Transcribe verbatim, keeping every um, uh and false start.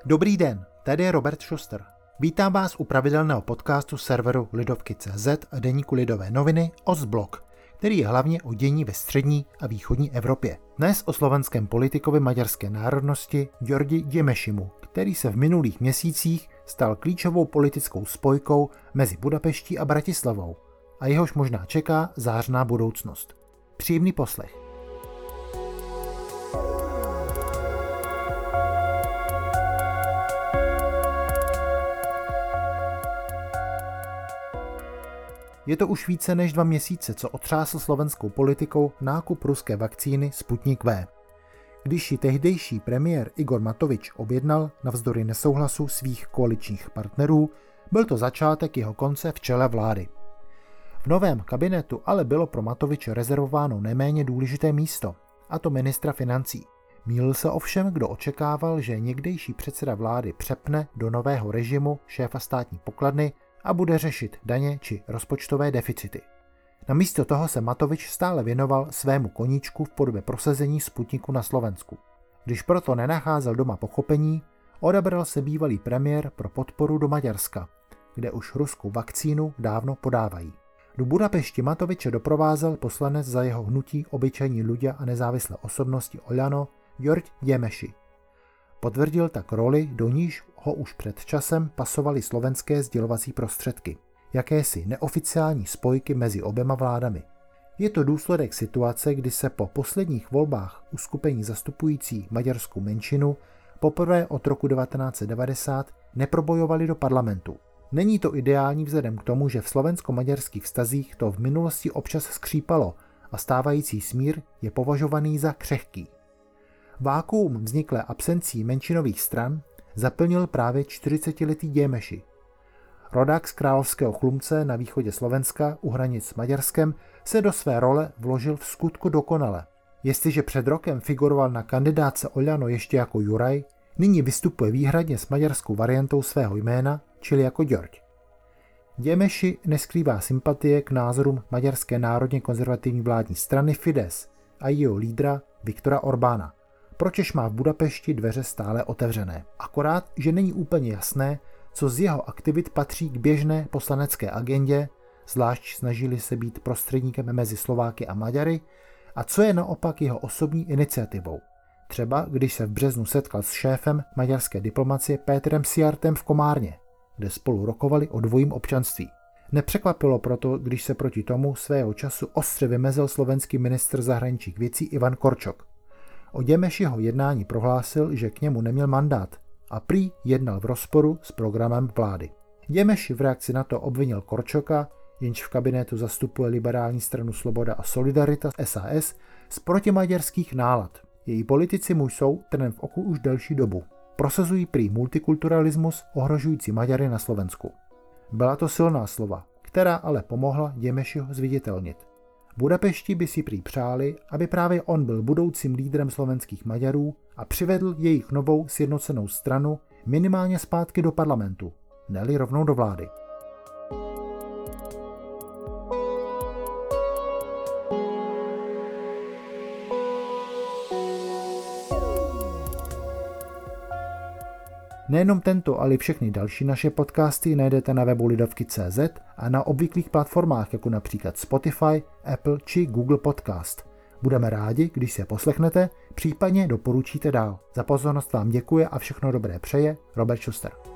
Dobrý den, tady je Robert Schuster. Vítám vás u pravidelného podcastu serveru Lidovky tečka cé zet a deníku Lidové noviny Ostblok, který je hlavně o dění ve střední a východní Evropě. Dnes o slovenském politikovi maďarské národnosti György Gyimesimu, který se v minulých měsících stal klíčovou politickou spojkou mezi Budapeští a Bratislavou a jehož možná čeká zářná budoucnost. Příjemný poslech. Je to už více než dva měsíce, co otřásl slovenskou politikou nákup ruské vakcíny Sputnik V. Když ji tehdejší premiér Igor Matovič objednal navzdory nesouhlasu svých koaličních partnerů, byl to začátek jeho konce v čele vlády. V novém kabinetu ale bylo pro Matoviče rezervováno neméně důležité místo, a to ministra financí. Mýlil se ovšem, kdo očekával, že někdejší předseda vlády přepne do nového režimu šéfa státní pokladny a bude řešit daně či rozpočtové deficity. Namísto toho se Matovič stále věnoval svému koníčku v podobě prosazení Sputniku na Slovensku. Když proto nenacházel doma pochopení, odebral se bývalý premiér pro podporu do Maďarska, kde už ruskou vakcínu dávno podávají. Do Budapešti Matoviče doprovázel poslanec za jeho hnutí Obyčejní ľudia a nezávislé osobnosti Oľano György Gyimesi. Potvrdil tak roli, do níž ho už před časem pasovaly slovenské sdělovací prostředky, jakési neoficiální spojky mezi oběma vládami. Je to důsledek situace, kdy se po posledních volbách uskupení zastupující maďarskou menšinu poprvé od roku devatenáct set devadesát neprobojovali do parlamentu. Není to ideální vzhledem k tomu, že v slovensko-maďarských vztazích to v minulosti občas skřípalo a stávající smír je považovaný za křehký. Vákuum vzniklé absencí menšinových stran zaplnil právě čtyřicetiletý Gyimesi. Rodák z Královského Chlumce na východě Slovenska u hranic s Maďarskem se do své role vložil v skutku dokonale. Jestliže před rokem figuroval na kandidátce Oľano ještě jako Juraj, nyní vystupuje výhradně s maďarskou variantou svého jména, čili jako György. Gyimesi neskrývá sympatie k názorům maďarské národně konzervativní vládní strany Fidesz a jejího lídra Viktora Orbána, pročež má v Budapešti dveře stále otevřené. Akorát, že není úplně jasné, co z jeho aktivit patří k běžné poslanecké agendě, zvlášť snažili se být prostředníkem mezi Slováky a Maďary, a co je naopak jeho osobní iniciativou. Třeba když se v březnu setkal s šéfem maďarské diplomacie Péterem Szijjartem v Komárně, kde spolu rokovali o dvojím občanství. Nepřekvapilo proto, když se proti tomu svého času ostře vymezil slovenský ministr zahraničních věcí Ivan Korčok. O Gyimesiho jednání prohlásil, že k němu neměl mandát a prý jednal v rozporu s programem vlády. Gyimesi v reakci na to obvinil Korčoka, jenž v kabinetu zastupuje liberální stranu Sloboda a Solidarita S A S, z protimaďarských nálad. Její politici mu jsou trnem v oku už delší dobu. Prosazují prý multikulturalismus ohrožující Maďary na Slovensku. Byla to silná slova, která ale pomohla Gyimesiho zviditelnit. V Budapešti by si prý přáli, aby právě on byl budoucím lídrem slovenských Maďarů a přivedl jejich novou sjednocenou stranu minimálně zpátky do parlamentu, ne-li rovnou do vlády. Nejenom tento, ale i všechny další naše podcasty najdete na webu Lidovky tečka cé zet a na obvyklých platformách, jako například Spotify, Apple či Google Podcast. Budeme rádi, když se poslechnete, případně doporučíte dál. Za pozornost vám děkuje a všechno dobré přeje Robert Schuster.